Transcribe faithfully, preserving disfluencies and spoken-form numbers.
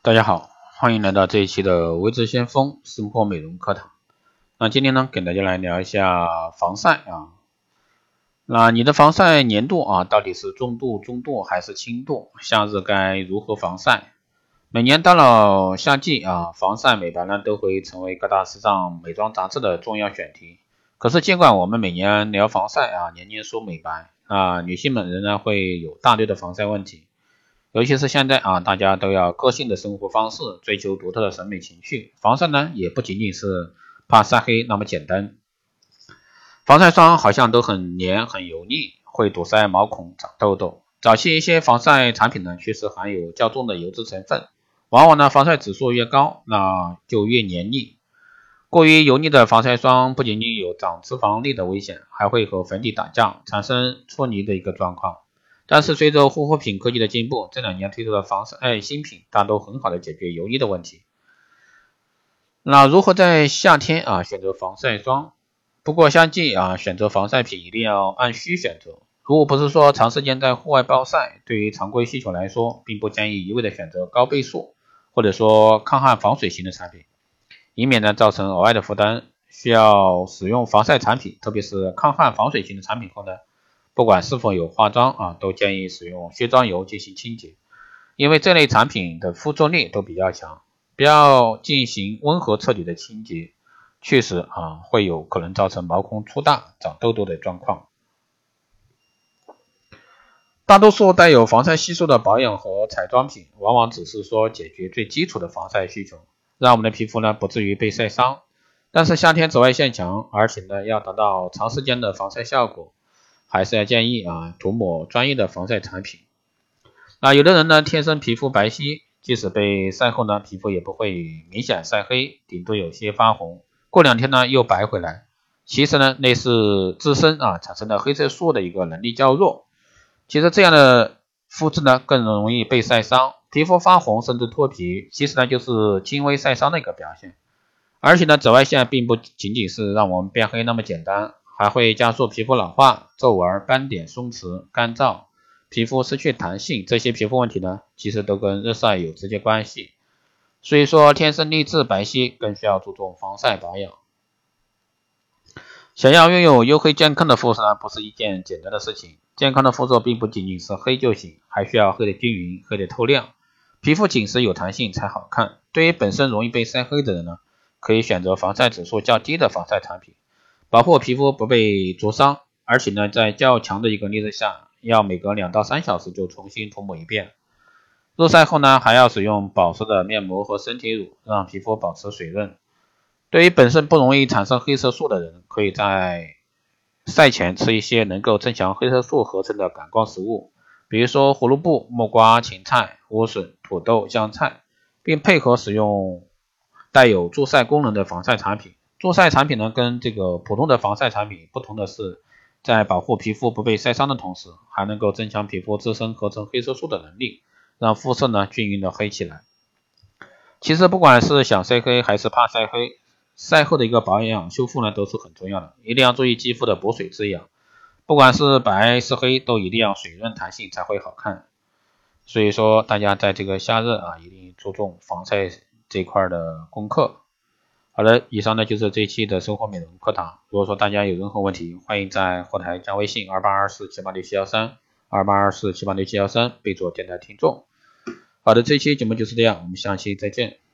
大家好，欢迎来到这一期的微知先锋生活美容课堂。那今天呢，跟大家来聊一下防晒啊。那你的防晒粘度啊，到底是中度、中度还是轻度？夏日该如何防晒？每年到了夏季啊，防晒美白呢都会成为各大时尚美妆杂志的重要选题。可是尽管我们每年聊防晒啊，年年说美白啊，女性们仍然会有大堆的防晒问题。尤其是现在啊，大家都要个性的生活方式，追求独特的审美情趣，防晒呢也不仅仅是怕晒黑那么简单。防晒霜好像都很黏很油腻，会堵塞毛孔长痘痘。早期一些防晒产品呢确实含有较重的油脂成分，往往呢防晒指数越高，那就越黏腻。过于油腻的防晒霜不仅仅有长脂肪粒的危险，还会和粉底打架，产生搓泥的一个状况。但是随着护肤品科技的进步，这两年推出的防晒新品大都很好的解决油腻的问题。那如何在夏天啊选择防晒霜？不过夏季啊选择防晒品一定要按需选择。如果不是说长时间在户外暴晒，对于常规需求来说，并不建议一味的选择高倍数或者说抗旱防水型的产品，以免呢造成额外的负担。需要使用防晒产品，特别是抗旱防水型的产品后呢，不管是否有化妆啊，都建议使用卸妆油进行清洁，因为这类产品的附着力都比较强，不要进行温和彻底的清洁，确实啊会有可能造成毛孔粗大、长痘痘的状况。大多数带有防晒系数的保养和彩妆品，往往只是说解决最基础的防晒需求，让我们的皮肤呢不至于被晒伤。但是夏天紫外线强，而且呢要达到长时间的防晒效果，还是要建议啊涂抹专业的防晒产品。那有的人呢天生皮肤白皙，即使被晒后呢皮肤也不会明显晒黑，顶多有些发红，过两天呢又白回来。其实呢类似自身啊产生的黑色素的一个能力较弱，其实这样的肤质呢更容易被晒伤，皮肤发红甚至脱皮，其实呢就是轻微晒伤的一个表现。而且呢紫外线并不仅仅是让我们变黑那么简单，还会加速皮肤老化、皱纹、斑点、松弛、干燥、皮肤失去弹性，这些皮肤问题呢其实都跟日晒有直接关系。所以说天生丽质白皙更需要注重防晒保养。想要拥有黝黑健康的肤色呢不是一件简单的事情，健康的肤色并不仅仅是黑就行，还需要黑的均匀、黑的透亮，皮肤紧实有弹性才好看。对于本身容易被晒黑的人呢，可以选择防晒指数较低的防晒产品，保护皮肤不被灼伤，而且呢在较强的一个力日下，要每隔两到三小时就重新涂抹一遍。日晒后呢还要使用保湿的面膜和身体乳，让皮肤保持水润。对于本身不容易产生黑色素的人，可以在晒前吃一些能够增强黑色素合成的感光食物，比如说胡萝卜、木瓜、芹菜、莴笋、土豆、香菜，并配合使用带有助晒功能的防晒产品。助晒产品呢跟这个普通的防晒产品不同的是，在保护皮肤不被晒伤的同时，还能够增强皮肤自身合成黑色素的能力，让肤色呢均匀的黑起来。其实不管是想晒黑还是怕晒黑，晒后的一个保养修复呢都是很重要的，一定要注意肌肤的补水滋养，不管是白是黑都一定要水润弹性才会好看。所以说大家在这个夏日啊一定注重防晒这块的功课。好的，以上呢就是这一期的生活美容课堂。如果说大家有任何问题，欢迎在后台加微信二八二四七八六七一三 二八二四七八六七一三备注电台听众。好的，这一期节目就是这样，我们下期再见。